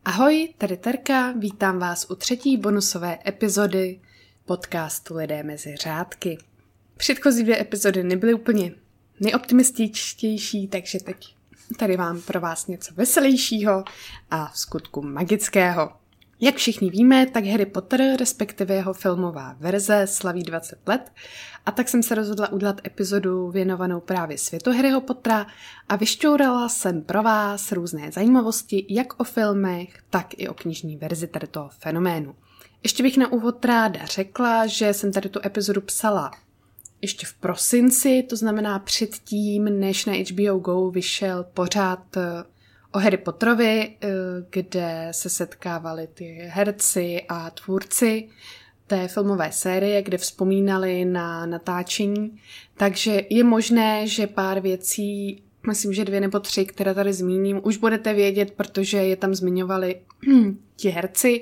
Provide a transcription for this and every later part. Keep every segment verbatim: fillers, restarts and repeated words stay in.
Ahoj, tady Terka, vítám vás u třetí bonusové epizody podcastu Lidé mezi řádky. Předchozí dvě epizody nebyly úplně nejoptimističtější, takže teď tady mám pro vás něco veselějšího a v skutku magického. Jak všichni víme, tak Harry Potter, respektive jeho filmová verze, slaví dvacet let a tak jsem se rozhodla udělat epizodu věnovanou právě světu Harryho Pottera a vyšťourala jsem pro vás různé zajímavosti jak o filmech, tak i o knižní verzi tady toho fenoménu. Ještě bych na úvod ráda řekla, že jsem tady tu epizodu psala ještě v prosinci, to znamená předtím, než na H B O Go vyšel pořád o Harry Potterovi, kde se setkávali ty herci a tvůrci té filmové série, kde vzpomínali na natáčení. Takže je možné, že pár věcí, myslím, že dvě nebo tři, které tady zmíním, už budete vědět, protože je tam zmiňovali ti herci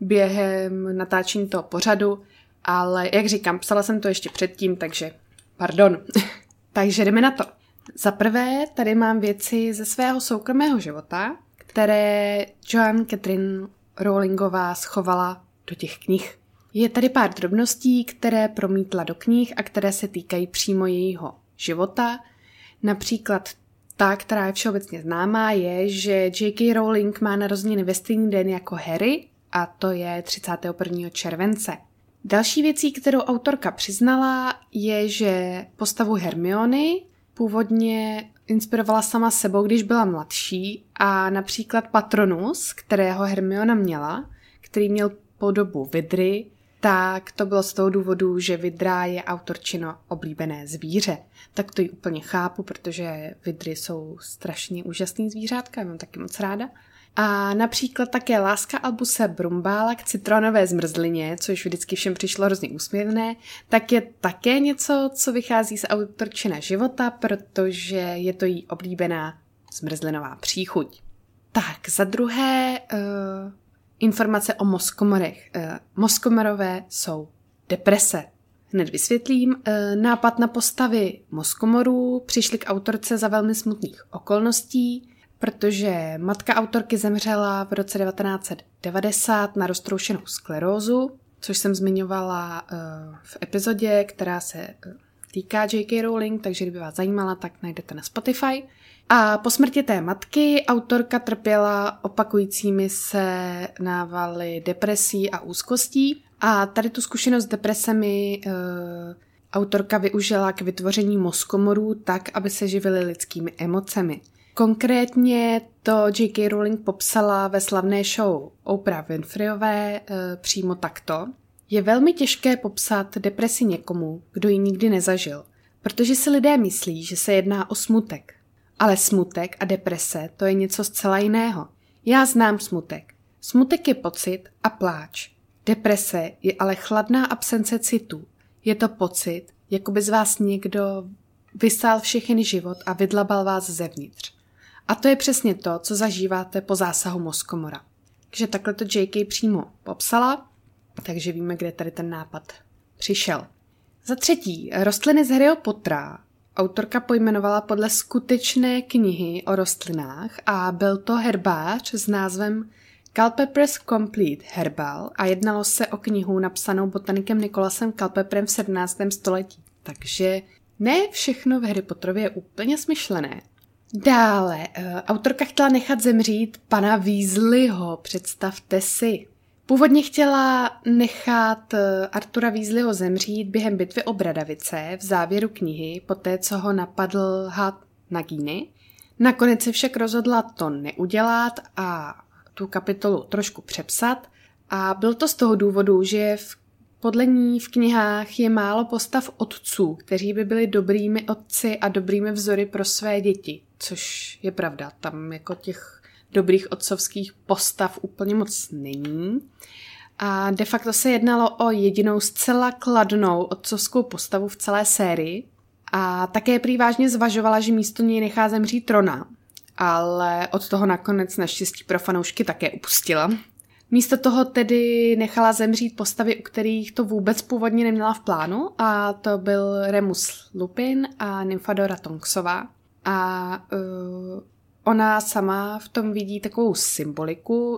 během natáčení toho pořadu, ale jak říkám, psala jsem to ještě předtím, takže pardon. Takže jdeme na to. Za prvé, tady mám věci ze svého soukromého života, které Joanne Catherine Rowlingová schovala do těch knih. Je tady pár drobností, které promítla do knih a které se týkají přímo jejího života. Například ta, která je všeobecně známá, je, že J K Rowling má narozeniny ve stejný den jako Harry, a to je třicátého prvního července. Další věcí, kterou autorka přiznala, je, že postavu Hermiony původně inspirovala sama sebou, když byla mladší a například Patronus, kterého Hermiona měla, který měl podobu vidry, tak to bylo z toho důvodu, že vidra je autorčino oblíbené zvíře. Tak to ji úplně chápu, protože vidry jsou strašně úžasný zvířátka, já mám taky moc ráda. A například také láska Albuse Brumbála k citronové zmrzlině, což vždycky všem přišlo hrozně úsměvné, tak je také něco, co vychází z autorčina života, protože je to jí oblíbená zmrzlinová příchuť. Tak, za druhé, uh, informace o mozkomorech. Uh, mozkomorové jsou deprese. Hned vysvětlím. Uh, nápad na postavy mozkomorů přišli k autorce za velmi smutných okolností, protože matka autorky zemřela v roce devatenáct set devadesát na roztroušenou sklerózu, což jsem zmiňovala uh, v epizodě, která se uh, týká J K Rowling, takže kdyby vás zajímala, tak najdete na Spotify. A po smrti té matky autorka trpěla opakujícími se návaly depresí a úzkostí a tady tu zkušenost s depresemi uh, autorka využila k vytvoření mozkomorů tak, aby se živily lidskými emocemi. Konkrétně to J K Rowling popsala ve slavné show Oprah Winfreyové e, přímo takto. Je velmi těžké popsat depresi někomu, kdo ji nikdy nezažil, protože si lidé myslí, že se jedná o smutek. Ale smutek a deprese to je něco zcela jiného. Já znám smutek. Smutek je pocit a pláč. Deprese je ale chladná absence citů. Je to pocit, jako by z vás někdo vysál všechny život a vydlabal vás zevnitř. A to je přesně to, co zažíváte po zásahu mozkomora. Takže takhle to J K přímo popsala, takže víme, kde tady ten nápad přišel. Za třetí, rostliny z Harryho Pottera autorka pojmenovala podle skutečné knihy o rostlinách a byl to herbář s názvem Culpeper's Complete Herbal a jednalo se o knihu napsanou botanikem Nicholasem Culpeperem v sedmnáctém století. Takže ne všechno v Harry Potterově je úplně smyšlené. Dále, uh, autorka chtěla nechat zemřít pana Weasleyho, představte si. Původně chtěla nechat uh, Artura Weasleyho zemřít během bitvy o Bradavice v závěru knihy, poté co ho napadl had Nagini. Nakonec se však rozhodla to neudělat a tu kapitolu trošku přepsat a byl to z toho důvodu, že v Podle ní v knihách je málo postav otců, kteří by byli dobrými otci a dobrými vzory pro své děti, což je pravda, tam jako těch dobrých otcovských postav úplně moc není. A de facto se jednalo o jedinou zcela kladnou otcovskou postavu v celé sérii a také prý vážně zvažovala, že místo něj nechá zemřít Rona, ale od toho nakonec naštěstí pro fanoušky také upustila. Místo toho tedy nechala zemřít postavy, u kterých to vůbec původně neměla v plánu, a to byl Remus Lupin a Nymfadora Tonksová. A uh, ona sama v tom vidí takovou symboliku,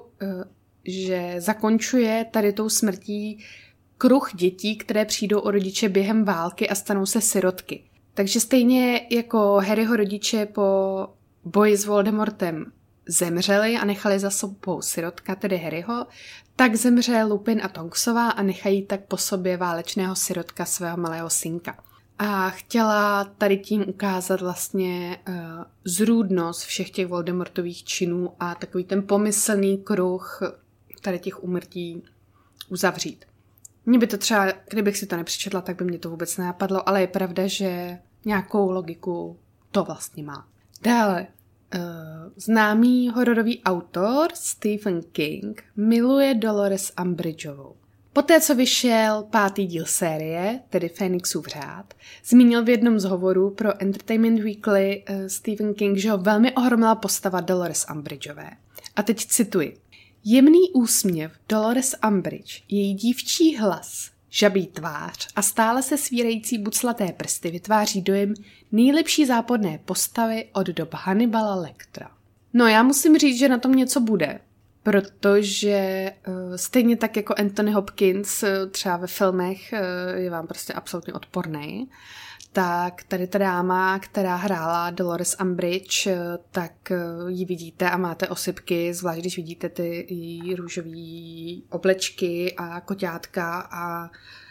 že zakončuje tady tou smrtí kruh dětí, které přijdou o rodiče během války a stanou se sirotky. Takže stejně jako Harryho rodiče po boji s Voldemortem zemřeli a nechali za sebou sirotka, tedy Harryho, tak zemře Lupin a Tonksová a nechají tak po sobě válečného sirotka svého malého synka. A chtěla tady tím ukázat vlastně uh, zrůdnost všech těch Voldemortových činů a takový ten pomyslný kruh tady těch úmrtí uzavřít. Mně by to třeba, kdybych si to nepřečetla, tak by mě to vůbec nenapadlo, ale je pravda, že nějakou logiku to vlastně má. Dále, uh, známý hororový autor Stephen King miluje Dolores Umbridgeovou. Poté, co vyšel pátý díl série, tedy Fénixův řád, zmínil v jednom z hovorů pro Entertainment Weekly uh, Stephen King, že ho velmi ohromila postava Dolores Umbridgeové. A teď cituji. Jemný úsměv Dolores Umbridge, její dívčí hlas, žabí tvář a stále se svírající buclaté prsty vytváří dojem nejlepší záporné postavy od dob Hannibala Lectera. No já musím říct, že na tom něco bude, protože uh, stejně tak jako Anthony Hopkins uh, třeba ve filmech uh, je vám prostě absolutně odporný, tak tady ta dáma, která hrála Dolores Umbridge, tak ji vidíte a máte osypky, zvlášť když vidíte ty její růžový oblečky a koťátka a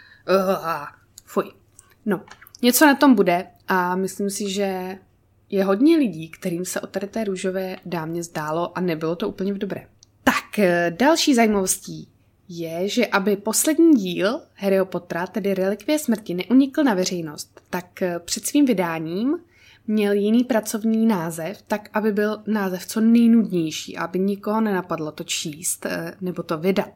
uh, fuj. No, něco na tom bude a myslím si, že je hodně lidí, kterým se o tady té růžové dámě zdálo a nebylo to úplně v dobré. Tak, další zajímavostí je, že aby poslední díl Harryho Pottera, tedy Relikvie smrti, neunikl na veřejnost, tak před svým vydáním měl jiný pracovní název, tak aby byl název co nejnudnější, aby nikoho nenapadlo to číst nebo to vydat.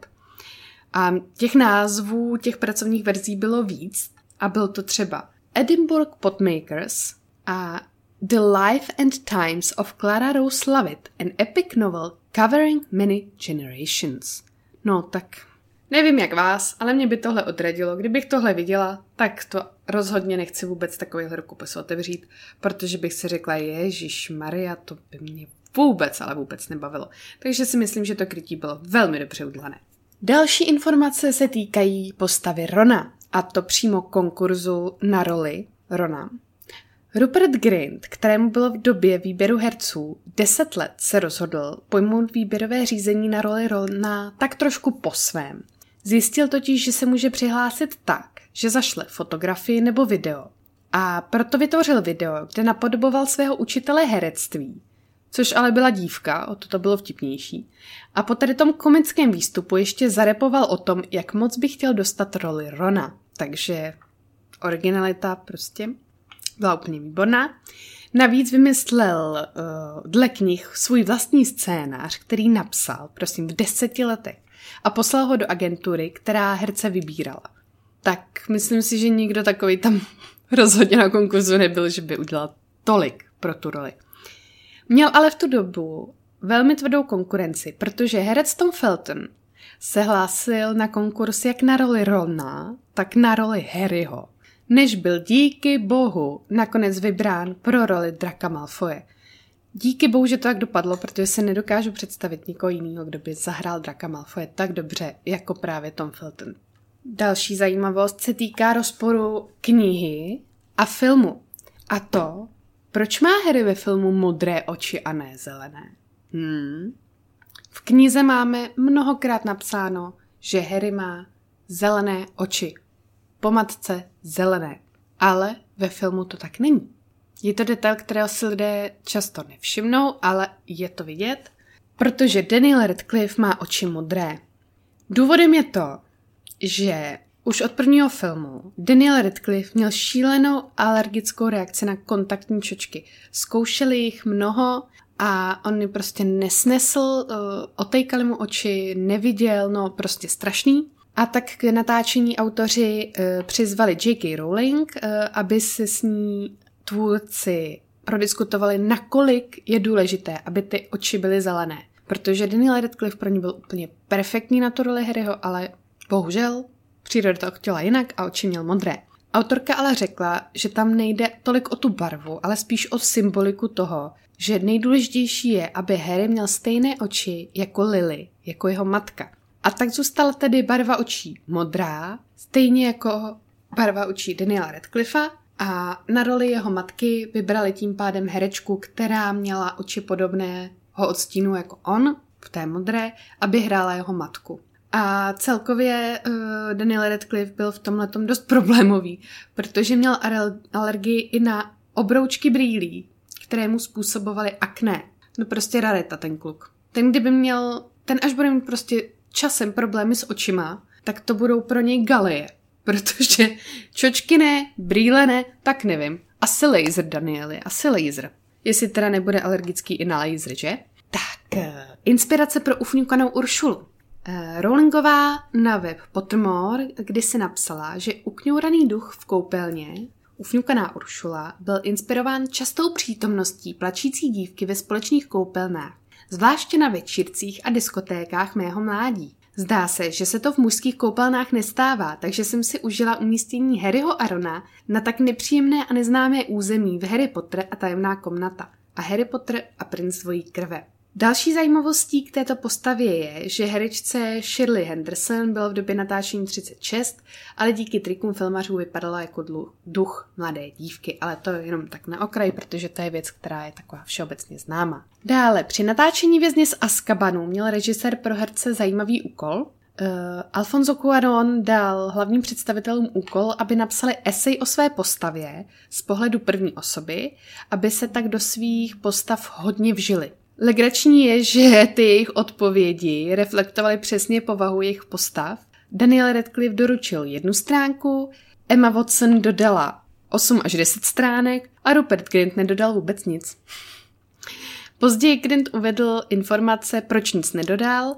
A těch názvů, těch pracovních verzí bylo víc a byl to třeba Edinburgh Potmakers a The Life and Times of Clara Rose Lovett, an epic novel covering many generations. No tak nevím jak vás, ale mě by tohle odradilo. Kdybych tohle viděla, tak to rozhodně nechci vůbec takovýhle rukopis otevřít, protože bych si řekla, ježišmarja, to by mě vůbec, ale vůbec nebavilo. Takže si myslím, že to krytí bylo velmi dobře udělané. Další informace se týkají postavy Rona, a to přímo konkurzu na roli Rona. Rupert Grint, kterému bylo v době výběru herců deset let, se rozhodl pojmout výběrové řízení na roli Rona tak trošku po svém. Zjistil totiž, že se může přihlásit tak, že zašle fotografii nebo video. A proto vytvořil video, kde napodoboval svého učitele herectví, což ale byla dívka, o to to bylo vtipnější. A po tady tom komickém výstupu ještě zarepoval o tom, jak moc by chtěl dostat roli Rona. Takže originalita prostě byla úplně výborná. Navíc vymyslel uh, dle knih svůj vlastní scénář, který napsal, prosím, v deseti letech a poslal ho do agentury, která herce vybírala. Tak myslím si, že nikdo takový tam rozhodně na konkurzu nebyl, že by udělal tolik pro tu roli. Měl ale v tu dobu velmi tvrdou konkurenci, protože herec Tom Felton se hlásil na konkurs jak na roli Rona, tak na roli Harryho, než byl díky bohu nakonec vybrán pro roli Draka Malfoye. Díky bohu, že to tak dopadlo, protože si nedokážu představit nikoho jiného, kdo by zahrál Draka Malfoye tak dobře, jako právě Tom Felton. Další zajímavost se týká rozporu knihy a filmu. A to, proč má Harry ve filmu modré oči a ne zelené? Hmm. V knize máme mnohokrát napsáno, že Harry má zelené oči. Po matce zelené. Ale ve filmu to tak není. Je to detail, kterého si lidé často nevšimnou, ale je to vidět, protože Daniel Radcliffe má oči modré. Důvodem je to, že už od prvního filmu Daniel Radcliffe měl šílenou alergickou reakci na kontaktní čočky. Zkoušeli jich mnoho a on je prostě nesnesl, otejkali mu oči, neviděl, no prostě strašný. A tak k natáčení autoři uh, přizvali J K Rowling, uh, aby si s ní tvůrci prodiskutovali, nakolik je důležité, aby ty oči byly zelené. Protože Daniel Radcliffe pro ní byl úplně perfektní na tu roli Harryho, ale bohužel příroda to chtěla jinak a oči měl modré. Autorka ale řekla, že tam nejde tolik o tu barvu, ale spíš o symboliku toho, že nejdůležitější je, aby Harry měl stejné oči jako Lily, jako jeho matka. A tak zůstala tedy barva očí modrá, stejně jako barva očí Daniela Radcliffa, a na roli jeho matky vybrali tím pádem herečku, která měla oči podobného odstínu jako on, v té modré, aby hrála jeho matku. A celkově uh, Daniel Radcliffe byl v tomhletom dost problémový, protože měl alergii i na obroučky brýlí, které mu způsobovaly akné. No prostě rarita ten kluk. Ten kdyby měl, ten až bude mít prostě časem problémy s očima, tak to budou pro něj galie. Protože čočky ne, brýle ne, tak nevím. Asi laser, Danieli, asi laser. Jestli teda nebude alergický i na laser, že? Tak, uh, inspirace pro ufňukanou Uršulu. Uh, Rowlingová na web Pottermore kdysi napsala, že ukňouraný duch v koupelně, ufňukaná Uršula, byl inspirován častou přítomností plačící dívky ve společných koupelnách, zvláště na večírcích a diskotékách mého mládí. Zdá se, že se to v mužských koupelnách nestává, takže jsem si užila umístění Harryho a Rona na tak nepříjemné a neznámé území v Harry Potter a tajemná komnata a Harry Potter a princ dvojí krve. Další zajímavostí k této postavě je, že herečce Shirley Henderson bylo v době natáčení třicet šest, ale díky trikům filmařů vypadala jako duch mladé dívky, ale to je jenom tak na okraj, protože to je věc, která je taková všeobecně známá. Dále, při natáčení Vězně z Azkabanu měl režisér pro herce zajímavý úkol. Uh, Alfonso Cuarón dal hlavním představitelům úkol, aby napsali esej o své postavě z pohledu první osoby, aby se tak do svých postav hodně vžili. Legrační je, že ty jejich odpovědi reflektovaly přesně povahu jejich postav. Daniel Radcliffe doručil jednu stránku, Emma Watson dodala osm až deset stránek a Rupert Grint nedodal vůbec nic. Později Grint uvedl informace, proč nic nedodal.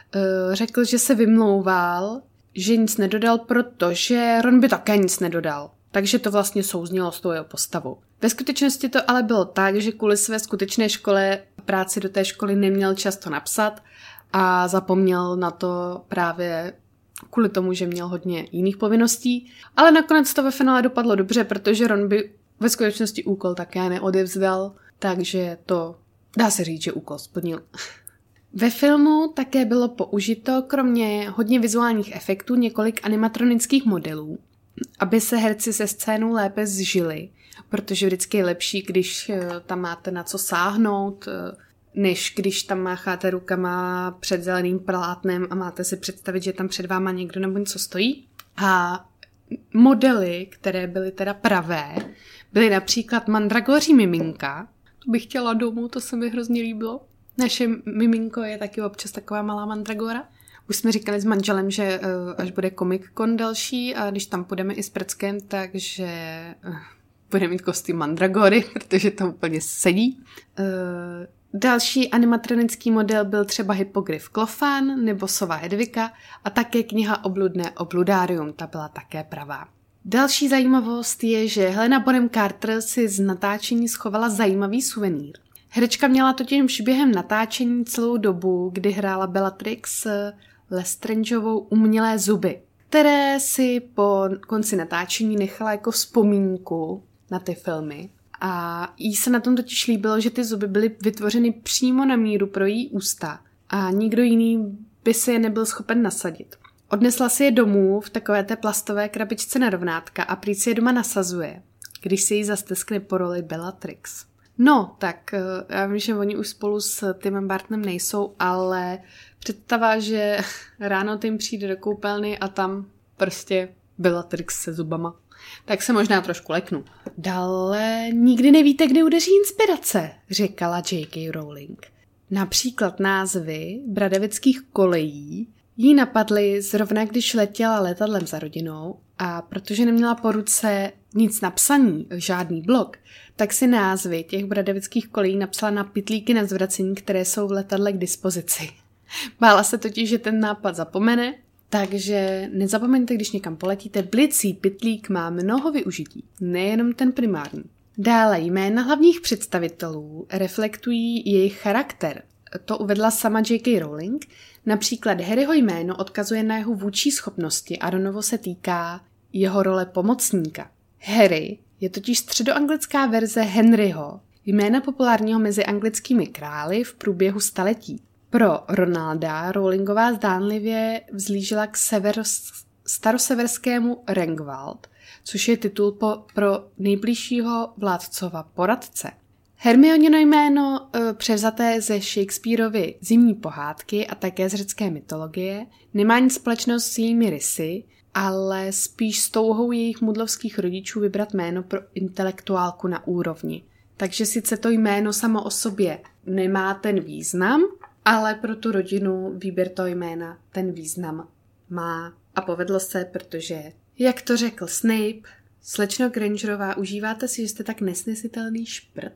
Řekl, že se vymlouval, že nic nedodal, protože Ron by také nic nedodal. Takže to vlastně souznělo s tou jeho postavou. Ve skutečnosti to ale bylo tak, že kvůli své skutečné škole práci do té školy neměl často napsat a zapomněl na to právě kvůli tomu, že měl hodně jiných povinností. Ale nakonec to ve finále dopadlo dobře, protože Ron by ve skutečnosti úkol také neodevzdal, takže to dá se říct, že úkol splnil. Ve filmu také bylo použito kromě hodně vizuálních efektů několik animatronických modelů, aby se herci se scénou lépe zžili, protože vždycky je lepší, když tam máte na co sáhnout, než když tam mácháte rukama před zeleným plátnem a máte si představit, že tam před váma někdo nebo něco stojí. A modely, které byly teda pravé, byly například mandragoří miminka. To bych chtěla domů, to se mi hrozně líbilo. Naše miminko je taky občas taková malá mandragora. Už jsme říkali s manželem, že uh, až bude Comic Con další a když tam půjdeme i s Prckem, takže uh, bude mít kostým mandragory, protože to úplně sedí. Uh, další animatronický model byl třeba Hypogryf Klofan nebo Sova Hedvika a také kniha Obludné obludárium, ta byla také pravá. Další zajímavost je, že Helena Bonham Carter si z natáčení schovala zajímavý suvenýr. Herečka měla totiž během natáčení celou dobu, kdy hrála Bellatrix Lestrangeovou umělé zuby, které si po konci natáčení nechala jako vzpomínku na ty filmy. A jí se na tom totiž líbilo, že ty zuby byly vytvořeny přímo na míru pro její ústa a nikdo jiný by si je nebyl schopen nasadit. Odnesla si je domů v takové té plastové krabičce na rovnátka a prý si je doma nasazuje, když si jí zasteskne po roli Bellatrix. No, tak já vím, že oni už spolu s Timem Bartonem nejsou, ale představa, že ráno Tim přijde do koupelny a tam prostě Bellatrix se zubama, tak se možná trošku leknu. Dále nikdy nevíte, kde udeří inspirace, říkala J K. Rowling. Například názvy bradevických kolejí jí napadly zrovna, když letěla letadlem za rodinou a protože neměla po ruce nic napsaný, žádný blok, tak si názvy těch bradevických kolejí napsala na pytlíky na zvracení, které jsou v letadle k dispozici. Bála se totiž, že ten nápad zapomene, takže nezapomeňte, když někam poletíte, blicí pytlík má mnoho využití, nejenom ten primární. Dále jména hlavních představitelů reflektují jejich charakter. To uvedla sama J K. Rowling. Například Harryho jméno odkazuje na jeho vůdčí schopnosti a Ronovo se týká jeho role pomocníka. Harry je totiž středoanglická verze Henryho, jména populárního mezi anglickými králi v průběhu staletí. Pro Ronalda Rowlingová zdánlivě vzlížela k severos- staroseverskému Rangwald, což je titul po, pro nejbližšího vládcova poradce. Hermionino jméno e, převzaté ze Shakespeareovy Zimní pohádky a také z řecké mytologie nemá nic společného s jejími rysy, ale spíš s touhou jejich mudlovských rodičů vybrat jméno pro intelektuálku na úrovni. Takže sice to jméno samo o sobě nemá ten význam, ale pro tu rodinu výběr toho jména ten význam má. A povedlo se, protože, jak to řekl Snape, slečno Grangerová, užíváte si, že jste tak nesnesitelný šprt?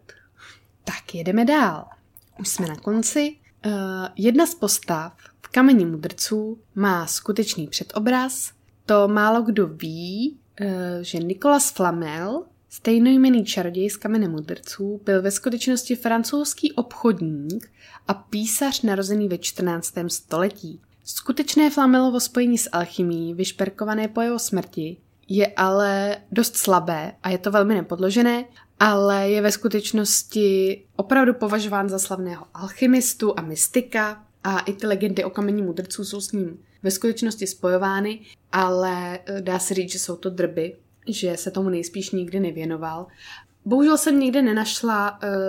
Tak jedeme dál. Už jsme na konci. Uh, jedna z postav v Kameni mudrců má skutečný předobraz. To málo kdo ví, uh, že Nicolas Flamel, stejnojmenný čaroděj z Kamene mudrců, byl ve skutečnosti francouzský obchodník a písař narozený ve čtrnáctém století. Skutečné Flamelovo spojení s alchymií, vyšperkované po jeho smrti, je ale dost slabé a je to velmi nepodložené, ale je ve skutečnosti opravdu považován za slavného alchymistu a mystika a i ty legendy o Kameni mudrců jsou s ním ve skutečnosti spojovány, ale dá se říct, že jsou to drby, že se tomu nejspíš nikdy nevěnoval. Bohužel jsem nikdy nenašla uh,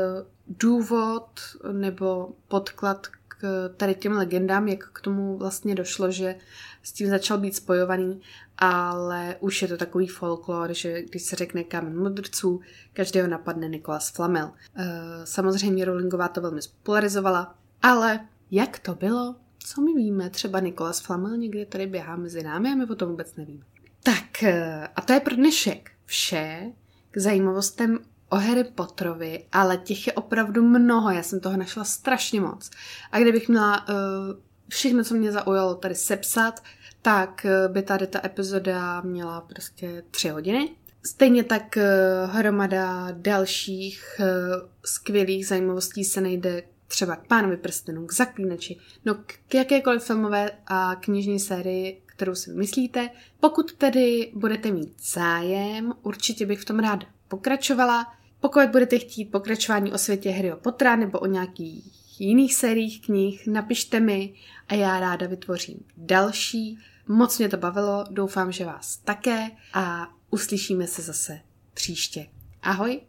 důvod nebo podklad k tady těm legendám, jak k tomu vlastně došlo, že s tím začal být spojovaný, ale už je to takový folklor, že když se řekne Kámen mudrců, každého napadne Nicolas Flamel. Samozřejmě Rowlingová to velmi spopularizovala, ale jak to bylo, co my víme, třeba Nicolas Flamel někde tady běhá mezi námi a my o tom vůbec nevíme. Tak a to je pro dnešek vše k zajímavostem o Harry Potterovi, ale těch je opravdu mnoho, já jsem toho našla strašně moc. A kdybych měla uh, všechno, co mě zaujalo, tady sepsat, tak uh, by tady ta epizoda měla prostě tři hodiny. Stejně tak uh, hromada dalších uh, skvělých zajímavostí se najde třeba k Pánovi prstenů, k Zaklínači, no k jakékoliv filmové a knižní sérii, kterou si myslíte. Pokud tedy budete mít zájem, určitě bych v tom ráda pokračovala. Pokud budete chtít pokračování o světě Harryho Pottera nebo o nějakých jiných sériích knih, napište mi a já ráda vytvořím další. Moc mě to bavilo, doufám, že vás také a uslyšíme se zase příště. Ahoj!